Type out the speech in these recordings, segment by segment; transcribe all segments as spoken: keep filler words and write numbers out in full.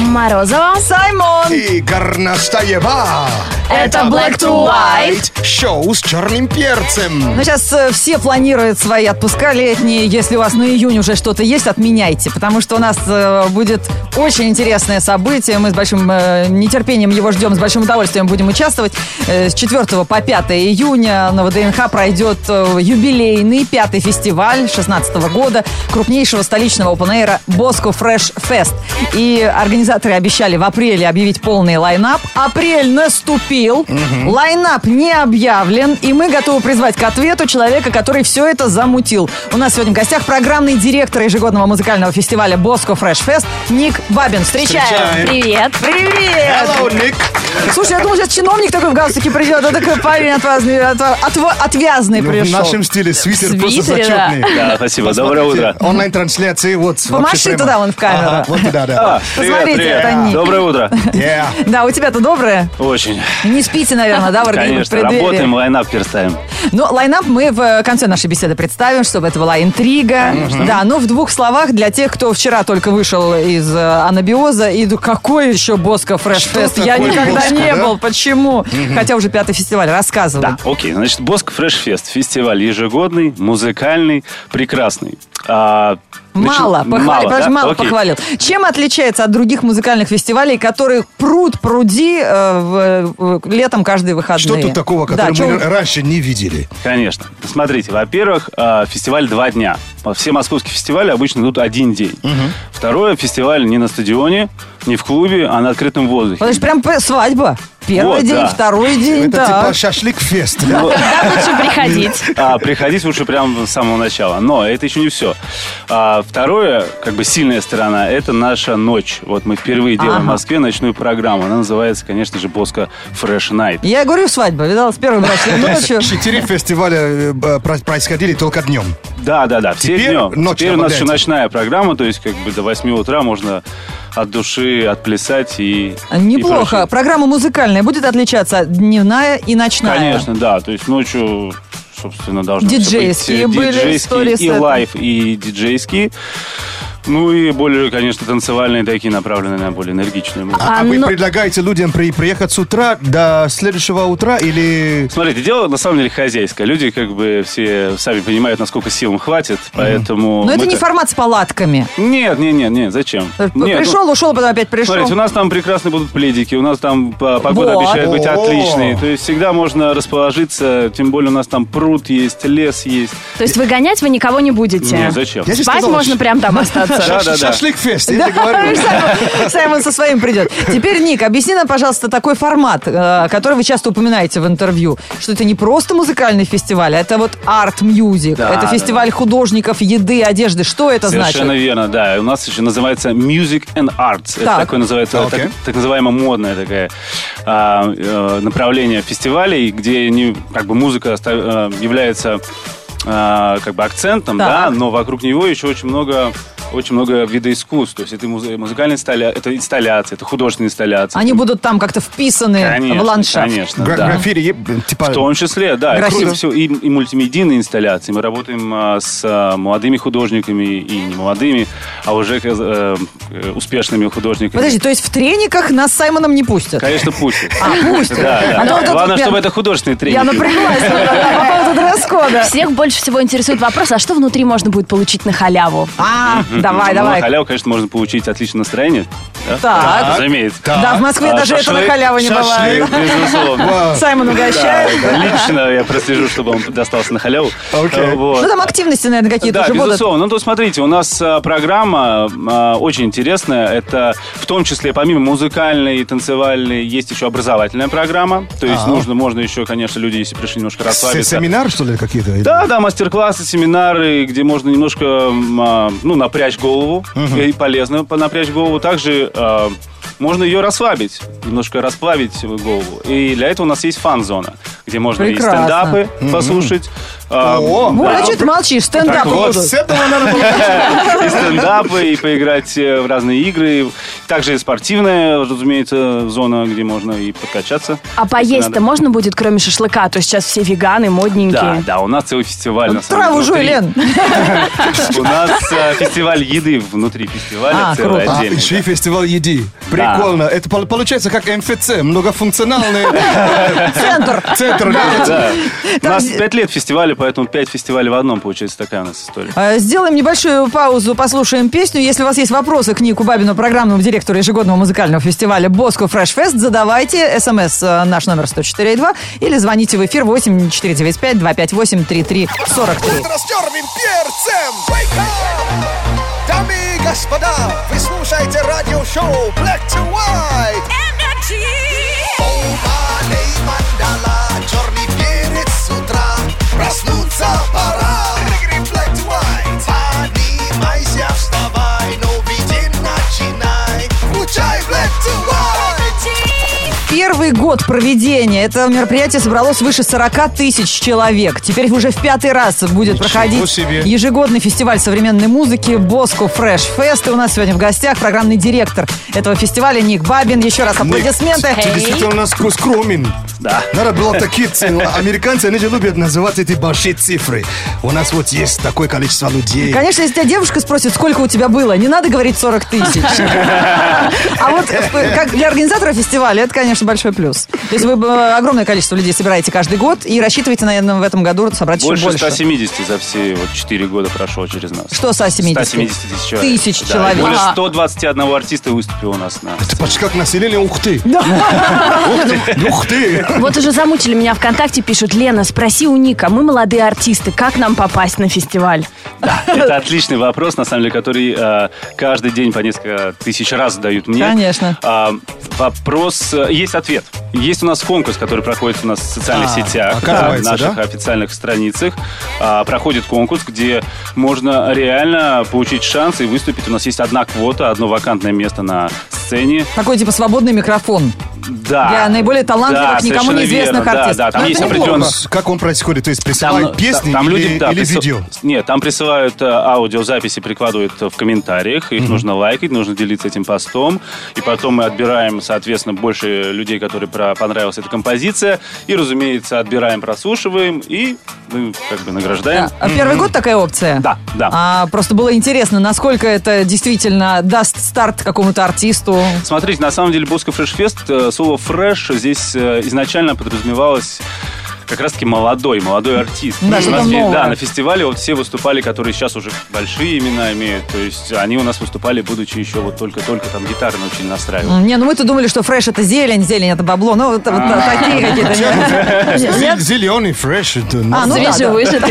Морозова, Саймон и Горностаева. Это Black to White. Шоу с черным перцем. Ну, сейчас э, все планируют свои отпуска летние. Если у вас на июнь уже что-то есть, отменяйте. Потому что у нас э, будет очень интересное событие. Мы с большим э, нетерпением его ждем, с большим удовольствием будем участвовать. Э, с четвёртого по пятое июня на ВДНХ пройдет э, юбилейный пятый фестиваль шестнадцатого года крупнейшего столичного опен-эйра Bosco Fresh Fest. И организаторы обещали в апреле объявить полный лайнап. Апрель наступил. Угу. Лайнап не объявлен, и мы готовы призвать к ответу человека, который все это замутил. У нас сегодня в гостях программный директор ежегодного музыкального фестиваля Bosco Fresh Fest Ник Бабин. Встречаем. Встречаем. Привет. Привет. Hello, Ник. Слушай, я думал, сейчас чиновник такой в галстуке придет, а такой парень отвязный, отва- отва- отвязный Ну, пришел. в нашем стиле свитер В просто свитере, зачетный. Да, спасибо. Доброе утро. Онлайн-трансляции, вот. Помаши вообще прямо. туда, вон в камеру. Ага, вот туда, да. А, Посмотрите, привет, это привет. Ник. Доброе утро. Yeah. Да, у тебя-то доброе? Очень. Не спите, наверное, да, в организме? Конечно, работаем, лайнап переставим. Ну, лайнап мы в конце нашей беседы представим, чтобы это была интрига. Да, ну в двух словах для тех, кто вчера только вышел из э, анабиоза, и ну, какой еще Bosco Fresh Что Fest? Я такое никогда Bosco, не да? был. Почему? Хотя уже пятый фестиваль. Рассказывай. Да, окей. Значит, Bosco Fresh Fest. Фестиваль ежегодный, музыкальный, прекрасный. А, Мало, значит, похвалил, мало, подожди, да? мало Окей. похвалил. Чем отличается от других музыкальных фестивалей, которые пруд пруди э, в, в- летом каждые выходные? Что тут такого, Да, которого чё мы вы- раньше не видели? Конечно. Смотрите, во-первых, а, фестиваль два дня. Все московские фестивали обычно идут один день. Второе, фестиваль не на стадионе, не в клубе, а на открытом воздухе. Потому что прям п- свадьба. Первый Вот, день, да. второй день, Это так. типа шашлык-фест. да? Да, лучше приходить. А, приходить лучше прямо с самого начала. Но это еще не все. А, второе, как бы сильная сторона, это наша ночь. Вот мы впервые делаем Ага. в Москве ночную программу. Она называется, конечно же, Bosco Fresh Night. Я говорю, свадьба, видал, с первой брачной ночью. Четыре фестиваля э, про- происходили только днем. Да, да, да, все Теперь днем. ночь Теперь у нас еще добавляется. ночная программа, то есть как бы до восьми утра можно от души отплясать и... и Неплохо. прочее. Программа музыкальная будет отличаться дневная и ночная. Конечно, да. То есть ночью, собственно, должны Диджейские быть, э, были диджейские истории с и этим. лайв, и диджейские. Ну и более, конечно, танцевальные такие, направленные на более энергичную музыку. А, А, вы ну- предлагаете людям при- приехать с утра до следующего утра или... Смотрите, дело на самом деле хозяйское. Люди как бы все сами понимают, насколько сил им хватит, поэтому... Но это мы не так- формат с палатками. Нет, нет, нет, нет, зачем? Нет, ну, Пришел, ушел, потом опять пришел. Смотрите, у нас там прекрасные будут пледики, у нас там по- погода Вот. обещает быть О. отличной. То есть всегда можно расположиться, тем более у нас там пруд есть, лес есть. То есть выгонять вы никого не будете? Нет, зачем? Я же Спать сказал, можно ш- прям там остаться. Да, да, да. Шашлык-фест, я тебе говорю. Саймон, Саймон со своим придет. Теперь, Ник, объясни нам, пожалуйста, такой формат, э, который вы часто упоминаете в интервью, что это не просто музыкальный фестиваль, а это вот арт-мьюзик, Да, это да, фестиваль художников, еды, одежды. Что это Совершенно значит? верно, да. У нас еще называется Music and Arts. Это Так. такое называется, Окей. так, так называемое модное такое а, э, направление фестивалей, где не, как бы музыка оста- э, является а, как бы акцентом, Так. да, но вокруг него еще очень много очень много видов искусств. То есть это муз- музыкальная инсталляция, это инсталляция, это художественная инсталляция. Они будут там как-то вписаны Конечно, в ландшафт. конечно, Гра- да. Граффити, е- типа... В том числе, да. Граффити. Круто все. И, и мультимедийные инсталляции. Мы работаем а, с а, молодыми художниками и не молодыми, а уже э, э, успешными художниками. Подожди, то есть в трениках нас с Саймоном не пустят? Конечно, пустят. А, пустят. Да, да. А то вот тут Главное, я- чтобы это художественные тренинги. Я напряглась по поводу дресс-кода. Всех больше всего интересует вопрос, а что внутри можно будет получить на халяву? А, давай, Ну, давай. на халяву, конечно, можно получить отличное настроение. Да? Так. Разумеется. Да, в Москве А, даже это на шашлык, халяву не бывает. Безусловно. Саймон угощает. Да, лично я прослежу, чтобы он достался на халяву. Окей. Вот. Ну, там активности, наверное, какие-то Да, уже будут. безусловно. Ну, то смотрите, у нас а, программа а, очень интересная. Это в том числе, помимо музыкальной и танцевальной, есть еще образовательная программа. То есть Ага. нужно, можно еще, конечно, люди, если пришли немножко С- расслабиться. Семинар, что ли, какие-то? Да, да, мастер-классы, семинары, где можно немножко м, а, ну, напрячь голову. И полезно напрячь голову. Также а, можно ее расслабить, немножко расплавить голову. И для этого у нас есть фан-зона, где можно Прекрасно. и стендапы послушать. а, О, Вот, да. а что ты молчишь? Стендапы Так вот, будут. С этого надо было... И стендапы, и поиграть э, в разные игры. также и спортивная, разумеется, зона, где можно и подкачаться. А поесть-то можно будет, кроме шашлыка? То есть сейчас все веганы, модненькие. Да, да, у нас целый фестиваль. На самом Траву деле, жуй, внутри. Лен. У нас э, фестиваль еды внутри фестиваля, А, целый круто. А, отдельный. еще и фестиваль еды. Прикольно. Это пол- получается как эм эф цэ, многофункциональный э, Центр. центр. да. Да. У Так, нас зи- пять лет фестиваля, поэтому пять фестивалей в одном, получается, такая у нас история. Э, Сделаем небольшую паузу, послушаем песню. Если у вас есть вопросы к Нику Бабину, программному директору ежегодного музыкального фестиваля Bosco Fresh Fest, задавайте. СМС э, наш номер сто четыре два или звоните в эфир восемь четыре девять пять два пять восемь три три сорок три. Утро с черным перцем. Wake up! Дамы и господа, вы слушаете радиошоу Black to White. Energy. Oh, малей мандала, черный перец с утра. Проснуться пора. Black to White. Поднимайся, вставай, новый день начинай. Включай Black to White. Первый год проведения. Это мероприятие собрало свыше сорок тысяч человек. Теперь уже в пятый раз будет Ничего проходить себе. ежегодный фестиваль современной музыки Bosco Fresh Fest. И у нас сегодня в гостях программный директор этого фестиваля Ник Бабин. Еще раз аплодисменты. Ты действительно у нас скромен. Да. Надо было такие цены. Американцы, они же любят называть эти большие цифры. У нас вот есть такое количество людей. Конечно, если тебя девушка спросит, сколько у тебя было, не надо говорить сорок тысяч. А вот э, как для организатора фестиваля это, конечно, большой плюс. То есть вы э, огромное количество людей собираете каждый год и рассчитываете, наверное, в этом году собрать еще Больше больше. ста семидесяти за все вот четыре года прошло через нас. Что ста семидесяти? ста семидесяти тысяч человек. Тысяч Да, человек. и более А. ста двадцати одного артиста выступило у нас на... Это почти как население Ухты. Ухты. Вот уже замучили меня ВКонтакте, пишут: Лена, спроси у Ника, мы молодые артисты, как нам попасть на фестиваль? Да, это отличный вопрос, на самом деле, который э, каждый день по несколько тысяч раз задают мне. Конечно. А, вопрос, э, есть ответ. Есть у нас конкурс, который проходит у нас в социальных А, сетях, оказывается, на наших да? официальных страницах. А, проходит конкурс, где можно реально получить шанс и выступить. У нас есть одна квота, одно вакантное место на сцене. Такой типа свободный микрофон. Да. Для наиболее талантливых, Да, никому совершенно неизвестных верно. артистов. Да, да, там Ну, есть это неплохо. определенный... Как он происходит? То есть присылают песни там или, люди, да, или присыл- видео? Нет, там присылают э, аудиозаписи, прикладывают в комментариях. Их нужно лайкать, нужно делиться этим постом. И потом мы отбираем, соответственно, больше людей, которые про- понравилась эта композиция. И, разумеется, отбираем, прослушиваем и мы как бы награждаем. А первый год такая опция? Да, да. А, просто было интересно, насколько это действительно даст старт какому-то артисту. Смотрите, на самом деле Bosco Fresh Fest, э, слово «фреш» здесь э, изначально подразумевалось как раз-таки молодой, молодой артист. Да, У что-то нас фе- новое. да, на фестивале вот все выступали, которые сейчас уже большие имена имеют. То есть они у нас выступали, будучи еще вот только-только там гитары научили настраивать. М, Не, ну мы-то думали, что фреш это зелень, зелень это бабло. Ну, вот, вот такие какие-то. Зел- Зеленый, фреш. это, А, ну да, да. Свежевыжатый.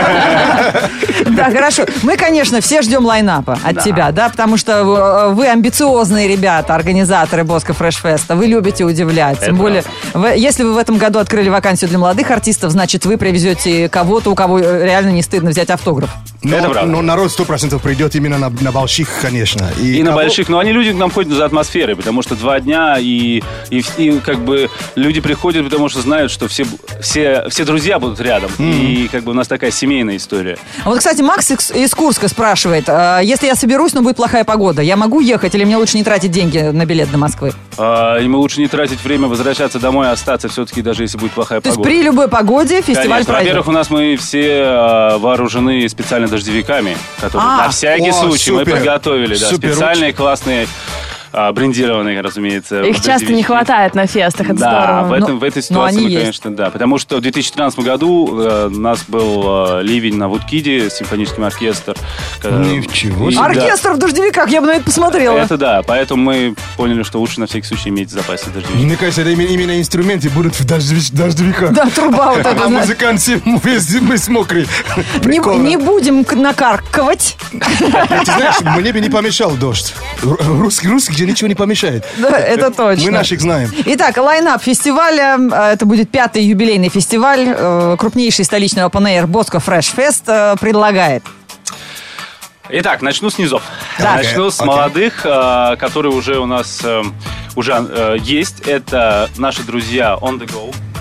Да, хорошо. Мы, конечно, все ждем лайнапа от Да. тебя, да, потому что э, вы амбициозные ребята, организаторы Bosco Fresh Fest. Вы любите удивлять. Тем Это более, вы- если вы в этом году открыли вакансию для молодых артистов, значит, вы привезете кого-то, у кого э, реально не стыдно взять автограф. Но, Это правда. но народ сто процентов придет именно на, на больших, конечно. И на кого- больших, но они люди к нам ходят за атмосферой, потому что два дня, и, и, и как бы люди приходят, потому что знают, что все, все, все друзья будут рядом. И как бы у нас такая семейная история. А вот, кстати, Макс из из Курска спрашивает, э, если я соберусь, но будет плохая погода, я могу ехать или мне лучше не тратить деньги на билет до Москвы? А, и мы лучше не тратить время, возвращаться домой, а остаться все-таки, даже если будет плохая То есть погода. при любой погоде фестиваль Конечно. пройдет. Во-первых, у нас мы все а, вооружены специально дождевиками, которые А, на всякий о, случай мы супер. подготовили. Да, Супер. специальные, классные, а, брендированные, разумеется. Их часто не дождевички. хватает на фестах, это Да, здорово. в, этом, Ну, в этой но ситуации они мы, есть. конечно, да. Потому что в две тысячи тринадцатом году э, у нас был э, ливень на Вудкиде с симфоническим оркестром. Ничего себе. Оркестр в дождевиках, я бы на это посмотрела. Это да, поэтому мы поняли, что лучше на всякий случай иметь в запасе дождевик. Мне кажется, это именно, именно инструменты будут в дождевич- дождевиках. Да, труба вот эта. А знаешь. музыкант все весь, весь мокрый. Не, Прикольно. не будем к- накаркивать. Ты знаешь, мне бы не помешал дождь. Ру- Русский, русский где ничего не помешает. Да, это точно. Мы наших знаем. Итак, лайнап фестиваля. э, Это будет пятый юбилейный фестиваль. э, Крупнейший столичный open air Bosco Fresh Fest э, предлагает. Итак, начну с низов. Так. Начну с Окей. молодых, э, которые уже у нас э, уже э, есть. Это наши друзья On The Go.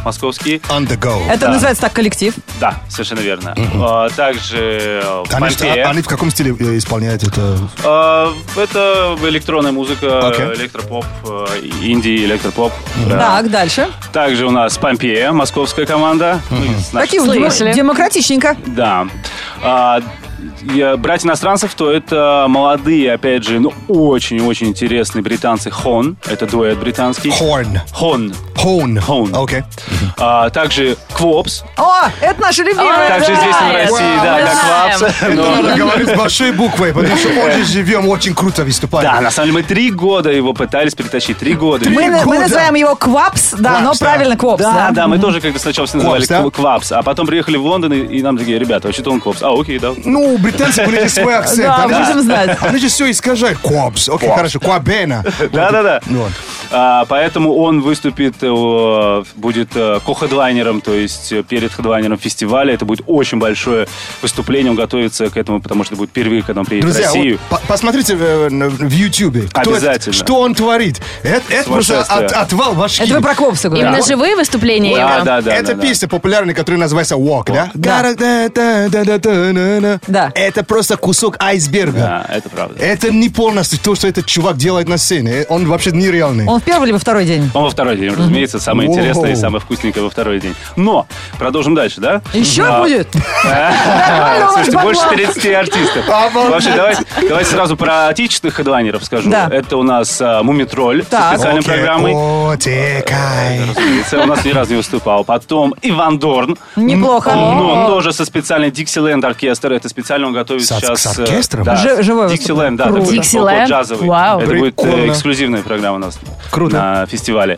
московский. On the go. Это Да. называется так коллектив. Да, совершенно верно. А, также э, Они, что- Помпея. они в каком стиле э, исполняют это? А, это электронная музыка, Окей. электропоп, э, инди, электропоп. Да. Так, дальше. Также у нас Помпея, московская команда. Ну, из наших- Такие вот демо- Слышали. демократичненько. Да. А, я- брать иностранцев, то это молодые, опять же, ну, очень-очень интересные британцы. Хон, это дуэт британский. Horn. Хон. Horn. Horn. Окей. А, также Квопс, О, это наши любимые. также да. известен в России, да, мы как знаем. Квапс. Это Но- надо говорить с большой буквой, потому что очень живем, очень круто выступаем. Да, на самом деле мы три года его пытались перетащить. Три года. Мы, мы года. называем его Квапс, да, но Квапс, да. правильно Квопс. Да, да, мы тоже как-то сначала все называли Квапс, да? Кв- Квапс, а потом приехали в Лондон, и, и нам такие, ребята, вообще-то он Квапс. А, окей, да. Ну, у британцев у них есть свой акцент. Да, Они будем же- знать. Они же все искажают. Квапс. Окей, Квапс. хорошо. Квабена. Да-да-да. Ну, вот. А, поэтому он выступит, э, будет э, ко-хедлайнером, то есть э, перед хедлайнером фестиваля. Это будет очень большое выступление, он готовится к этому, потому что это будет впервые, когда он приедет Друзья, в Россию. вот по- посмотрите э, на- в Ютубе. Кто это- Обязательно. Что он творит. Это, это просто Сумасшествие. от- отвал башки. Это вы про Квопса говорите. Именно живые выступления? Да, Ира? да, да. Это да, да. песня популярная, которая называется Walk, да? Да. Да-да-да-да-да-да-да-да. Да. Это просто кусок айсберга. Да, это правда. Это не полностью то, что этот чувак делает на сцене. Он вообще нереальный. Он в первый или во второй день? Он во второй день, разумеется, самое Воу. интересное и самое вкусненькое во второй день. Но, продолжим дальше, да? Еще А, будет? Слушайте, больше бабло. тридцати артистов. Обалдеть. Вообще, давайте, давайте сразу про отечественных хедлайнеров скажу. Да. Это у нас а, Мумитроль Так. со специальной Окей. программой. О, текай. Разумеется, у нас ни разу не выступал. Потом Иван Дорн. Неплохо. Но тоже со специальной Dixieland оркестр. Это специально он готовит С- сейчас. с э, оркестром? Да, Ж- живое Dixieland, да. Круто. такой Dixieland? джазовый. Вау. Это будет э, Прикольно. эксклюзивная программа у нас Круто. на фестивале.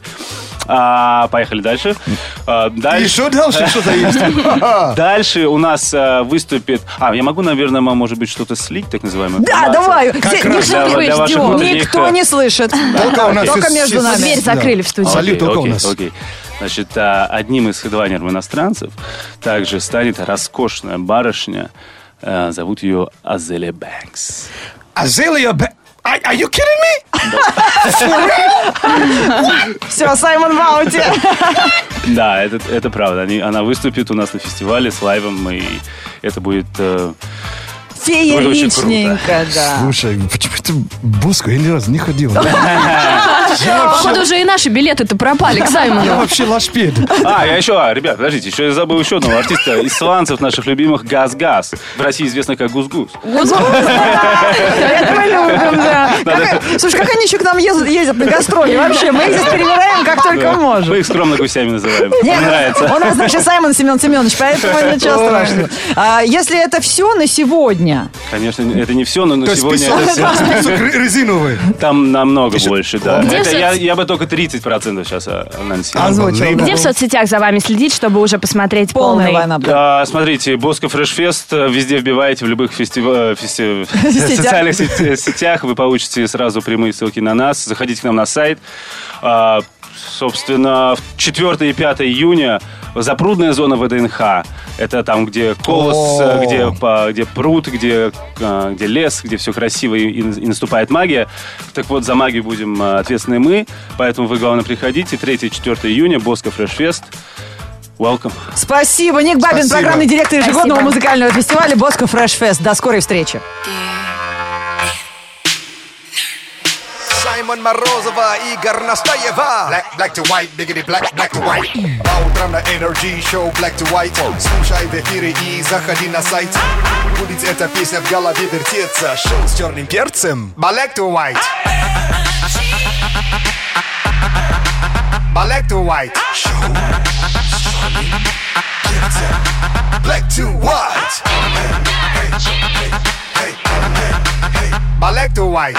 А, поехали дальше. А, И дальше. что дальше? Что за есть? Дальше у нас э, выступит... А, я могу, наверное, м- может быть, что-то слить, так называемое? Да, давай. Как Здесь раз не для- шутки, для ваших ждем. внутренних, Никто э, не слышит. Только у нас Только все- между все- нами. Дверь да. закрыли в студии. Салют Окей, только у окей, нас. окей. Значит, а, одним из хедлайнеров иностранцев также станет роскошная барышня. э, Зовут ее Азелия Бэнкс. Азелия Б... Are, are you kidding me? Все, Саймон Баунти. Да, это, это правда. Они, она выступит у нас на фестивале с лайвом, и это будет... э, Фееричненько, да. Слушай, почему ты в Боску? Я ни разу не ходил. Походу, уже и наши билеты-то пропали к Я Саймону. вообще лашпед. А, я еще, а, ребят, подождите, еще я забыл еще одного артиста из сланцев наших любимых Газ-Газ. В России известно как Гус-Гус. Это мы любим, да. Как- Слушай, как они еще к нам ездят, ездят на гастроли? Вообще, мы их здесь перебираем, как только Мы можем. их скромно гусями называем. Нет, Мне нравится. У нас, значит, Саймон Семен Семенович, поэтому ничего страшного. А, если это все на сегодня, Конечно, это не все, но на То есть сегодня песок, это все. песок ре- резиновый. Там намного больше, да. Где Это в я, соц- я бы только тридцать процентов сейчас анонсировал. озвучил. Unbelievable. Где в соцсетях за вами следить, чтобы уже посмотреть полная полный? война. А, смотрите, Боско Фрешфест э, везде вбиваете в любых фестива- фести- Сетях. социальных сет- сетях. Вы получите сразу прямые ссылки на нас. Заходите к нам на сайт. А, собственно, четвёртого и пятого июня запрудная зона ВДНХ. Это там, где колос, О. э, где, по- где пруд, где, э, где лес, где все красиво и, и наступает магия. Так вот, за магию будем э, ответственны мы. Поэтому вы, главное, приходите. третьего и четвёртого июня Боско Фрешфест. Welcome. Спасибо. Ник Бабин, Спасибо. программный директор ежегодного Спасибо. музыкального фестиваля Боско Фреш Фест. До скорой встречи. Саймон Морозова, Игорь Настаева. Black, black to white, biggity black, black to white. По утрам на Energy Show Black to White. Слушай в эфире и заходи на сайт. Будет эта песня в голове вертеться. Шоу с черным перцем. Black to white. Black to white. Шоу с черным перцем. Black to white. Hey, hey, hey, hey, hey. Black to white.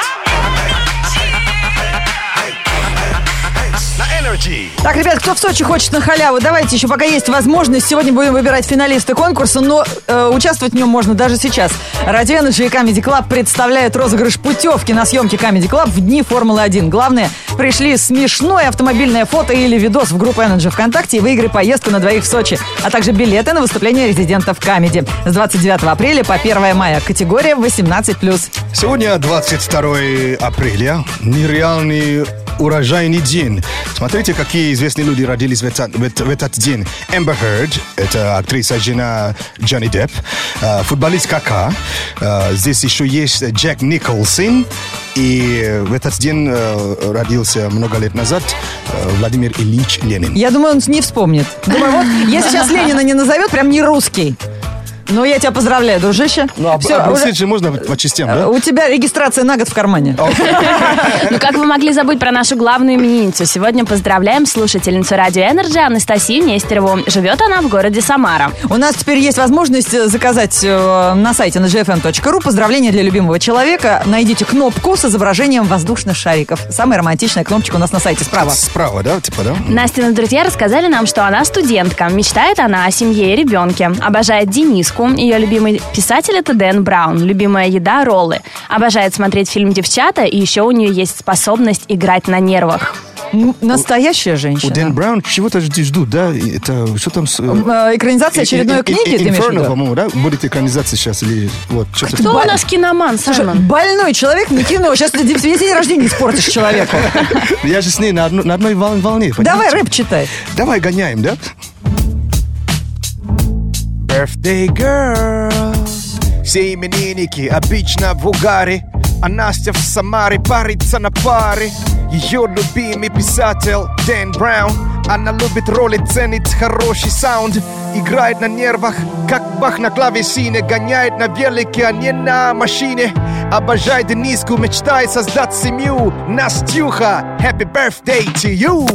На Energy. Так, ребят, кто в Сочи хочет на халяву, давайте еще, пока есть возможность. Сегодня будем выбирать финалиста конкурса, но э, участвовать в нем можно даже сейчас. Радио Energy и Comedy Club представляют розыгрыш путевки на съемки Comedy Club в дни Формулы один. Главное, пришли смешное автомобильное фото или видос в группу Energy ВКонтакте и выиграй поездку на двоих в Сочи, а также билеты на выступление резидентов Comedy с двадцать девятого апреля по первого мая. Категория восемнадцать плюс. Сегодня двадцать второго апреля. Нереальный урожайный день. Смотрите, какие известные люди родились в этот, в этот, в этот день. Эмбер Хёрд, это актриса, жена Джонни Депп. Э, футболист Кака. Э, здесь еще есть Джек Николсон. И в этот день э, родился много лет назад э, Владимир Ильич Ленин. Я думаю, он не вспомнит. Думаю, вот, если сейчас Ленина не назовет, прям не русский. Ну, я тебя поздравляю, дружище. Ну, а Всё, обрусить уже- же можно по частям, да? У тебя регистрация на год в кармане. Ну, как вы могли забыть про нашу главную именинницу? Сегодня поздравляем слушательницу Радио Энерджи Анастасию Нестерову. Живет она в городе Самара. У нас теперь есть возможность заказать э, на сайте эн джи эф эм точка ру поздравления для любимого человека. Найдите кнопку с изображением воздушных шариков. Самая романтичная кнопочка у нас на сайте справа. Справа, да? Типа, да? Настины друзья рассказали нам, что она студентка. Мечтает она о семье и ребенке. Обожает Дениску. Ее любимый писатель — это Дэн Браун. Любимая еда — роллы. Обожает смотреть фильм «Девчата». И еще у нее есть способность играть на нервах. М, Настоящая У женщина. Дэн Браун чего-то ждут, да? И это что там? с, э, Э, Экранизация очередной и- и- и- книги, ты имеешь в Inferno, виду? по-моему, да? Будет экранизация сейчас или вот что-то. Кто у нас киноман, Слушай, Саймон? больной человек на кино. Сейчас ты весь день рождения испортишь человеку. Я же с ней на, одно- на одной вол- волне. Давай понимаете? рэп читай. Давай гоняем, да? Birthday girl. Все именинники обычно в угаре, а Настя в Самаре парится на паре. Ее любимый писатель Дэн Браун. Она любит роли, ценит хороший саунд. Играет на нервах, как Бах на клавесине. Гоняет на велике, а не на машине. Обожает Дениску, мечтает создать семью. Настюха, happy birthday to you.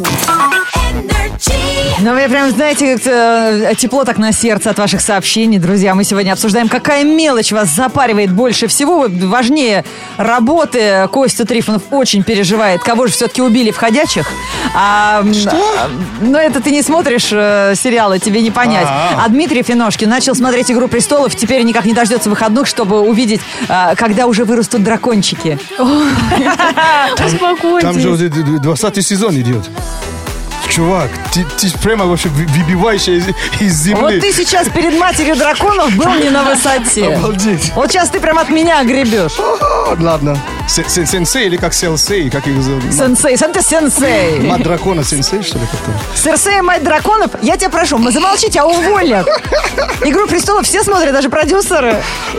Ну, вы прям, знаете, как-то тепло так на сердце от ваших сообщений, друзья. Мы сегодня обсуждаем, какая мелочь вас запаривает больше всего. Важнее работы. Костя Трифонов очень переживает. Кого же все-таки убили входящих? А, Что? Ну, это ты не смотришь э, сериалы, тебе не понять. А Дмитрий Финошкин начал смотреть «Игру престолов», теперь никак не дождется выходных, чтобы увидеть, э, когда уже вырастут дракончики. Успокойтесь. Там же уже двадцатый сезон идет. Чувак, ты, ты прямо вообще вы- выбиваешься из, из земли. Вот ты сейчас перед матерью драконов был не на высоте. Обалдеть. Вот сейчас ты прям от меня гребешь. О, ладно. Сен- сен- Сенсей или как селсей, как их зовут? Сенсей, сам ты сенсей. Мать дракона сенсей, что ли, как-то? Серсея, мать драконов, я тебя прошу, мы замолчите, а уволят. «Игру престолов» все смотрят, даже продюсеры.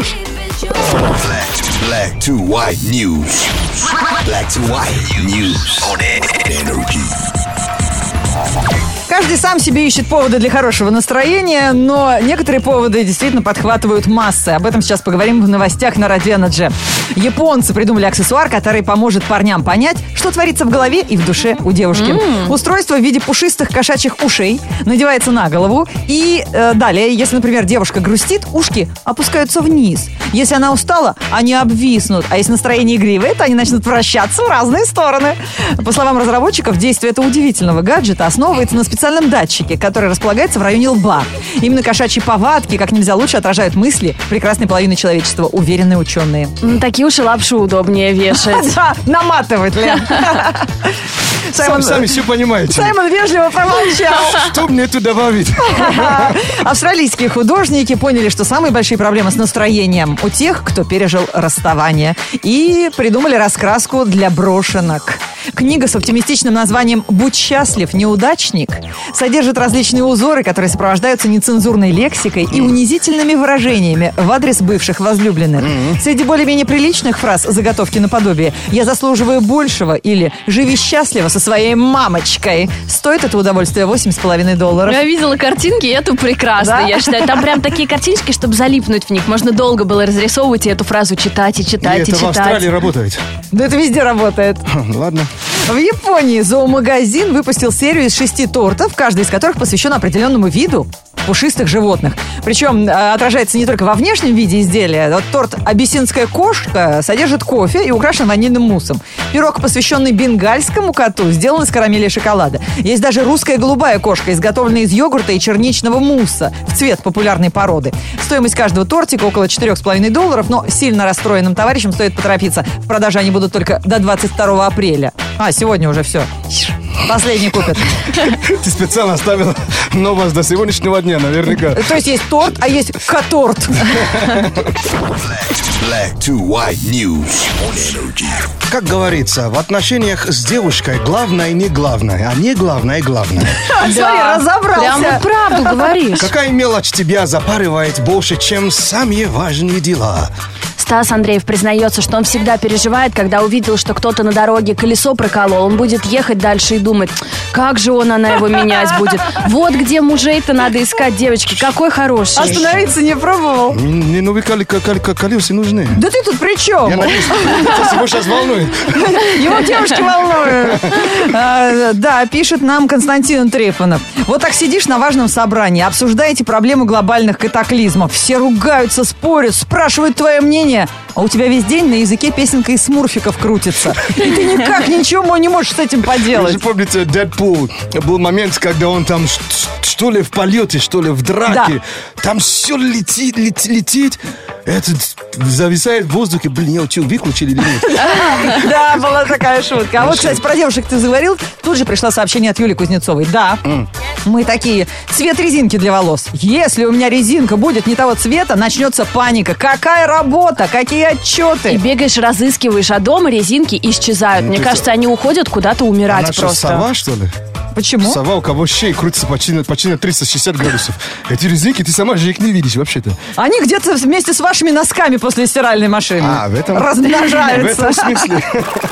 Black to white news. Black to white news on Energy. Каждый сам себе ищет поводы для хорошего настроения, но некоторые поводы действительно подхватывают массы. Об этом сейчас поговорим в новостях на Радио Энерджи. Японцы придумали аксессуар, который поможет парням понять, что творится в голове и в душе у девушки. Mm. Устройство в виде пушистых кошачьих ушей надевается на голову. И э, далее, если, например, девушка грустит, ушки опускаются вниз. Если она устала, они обвиснут. А если настроение игривое, то они начнут вращаться в разные стороны. По словам разработчиков, действие этого удивительного гаджета основывается на специальном датчике, который располагается в районе лба. Именно кошачьи повадки как нельзя лучше отражают мысли прекрасной половины человечества, уверенные ученые. Ну, такие уж и лапшу удобнее вешать. Да, наматывать, Лен. Сам, сами все понимаете. Саймон вежливо промолчал. Что мне тут добавить? Австралийские художники поняли, что самые большие проблемы с настроением у тех, кто пережил расставание. И придумали раскраску для брошенок. Книга с оптимистичным названием «Будь счастлив, неудачник» содержит различные узоры, которые сопровождаются нецензурной лексикой и унизительными выражениями в адрес бывших возлюбленных. Среди более-менее приличных фраз заготовки наподобие «Я заслуживаю большего» или «Живи счастливо со своей мамочкой». Стоит это удовольствие восемь с половиной долларов. Я видела картинки, и это прекрасно. Да? Я считаю, там прям такие картиночки, чтобы залипнуть в них. Можно долго было разрисовывать и эту фразу читать, и И читать, и, это в читать. Австралии работает. Да это везде работает. Ладно. В Японии зоомагазин выпустил серию из шести тортов, каждый из которых посвящен определенному виду пушистых животных. Причем э, отражается не только во внешнем виде изделия. Вот торт «Абиссинская кошка» содержит кофе и украшен ванильным муссом. Пирог, посвященный бенгальскому коту, сделан из карамели и шоколада. Есть даже русская голубая кошка, изготовленная из йогурта и черничного мусса в цвет популярной породы. Стоимость каждого тортика около четыре с половиной долларов, но сильно расстроенным товарищам стоит поторопиться. В продаже они будут только до двадцать второго апреля. А, сегодня уже все. Последний купит. Ты специально оставил новость до сегодняшнего дня, наверняка. То есть есть торт, а есть каторт. Black to white news on Energy. Как говорится, в отношениях с девушкой главное не главное, а не главное главное. Смотри, разобрался. Прямо правду говоришь. Какая мелочь тебя запаривает больше, чем самые важные дела? Стас Андреев признается, что он всегда переживает, когда увидел, что кто-то на дороге колесо проколол. Он будет ехать дальше и думать, как же он, она его менять будет. Вот где мужей-то надо искать, девочки. Какой хороший. Остановиться не пробовал. Мне новые коли- коли- коли- колеса нужны. Да ты тут при чем? Я надеюсь, это его сейчас волнует. Его девушки волнуют. А, да, пишет нам Константин Трифонов. Вот так сидишь на важном собрании, обсуждаете проблему глобальных катаклизмов. Все ругаются, спорят, спрашивают твое мнение. А у тебя весь день на языке песенка из смурфиков крутится. И ты никак ничего не можешь с этим Вы поделать. же помните, Дэдпул, был момент, когда он там ш- что ли в полете, что ли в драке. Там все летит, летит, летит. Это зависает в воздухе. Блин, я учил, выключили или нет? Да, была такая шутка. А вот, кстати, про девушек ты заговорил. Тут же пришло сообщение от Юли Кузнецовой. Да, мы такие. Цвет резинки для волос. Если у меня резинка будет не того цвета, начнется паника. Какая работа? Какие И отчеты? бегаешь, разыскиваешь, а дома резинки исчезают. Мне ты кажется, они уходят куда-то умирать Она что, просто. сова, что ли? Почему? Сова, у кого шея крутится почти, на- почти на триста шестьдесят градусов. Эти резинки, ты сама же их не видишь вообще-то. Они где-то вместе с вашими носками после стиральной машины. А, в этом- размножаются. В этом смысле.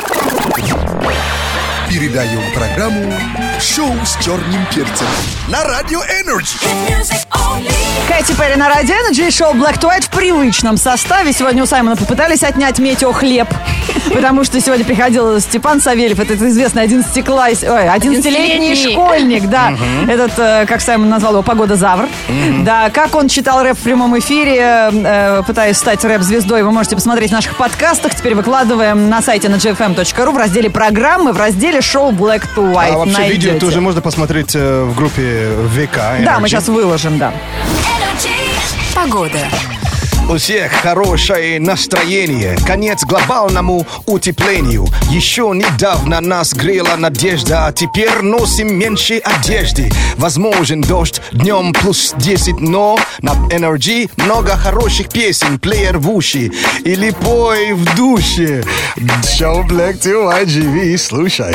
Передаем программу «Шоу с черным перцем» на Радио Energy. Кэти Перри на Радио Energy и шоу Black to White в привычном составе. Сегодня у Саймона попытались отнять метеохлеб, потому что сегодня приходил Степан Савельев, этот известный одиннадцатикласс... Ой, одиннадцатилетний одиннадцатилетний. школьник, да. Этот, э, как Саймон назвал его, погодозавр. Да, как он читал рэп в прямом эфире, э, пытаясь стать рэп-звездой, вы можете посмотреть в наших подкастах. Теперь выкладываем на сайте энерджи эф эм точка ру в разделе программы, в разделе шоу Black to White. А вообще найдете. видео тоже можно посмотреть э, в группе ВК. Да, мы Energy. сейчас выложим, да. Погода. У всех хорошее настроение. Конец глобальному утеплению. Еще недавно нас грела надежда, а теперь носим меньше одежды. Возможен дождь, днем плюс десять, но на Energy много хороших песен. Плеер в уши или пой в душе. Шоу Black to White, живи и слушай.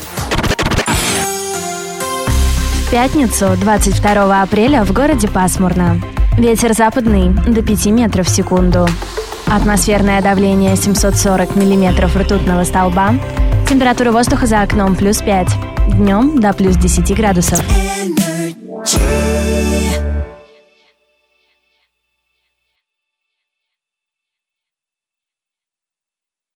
В пятницу, двадцать второго апреля, в городе пасмурно. Ветер западный до пяти метров в секунду. Атмосферное давление семьсот сорок миллиметров ртутного столба. Температура воздуха за окном плюс пять. Днем до плюс десяти градусов.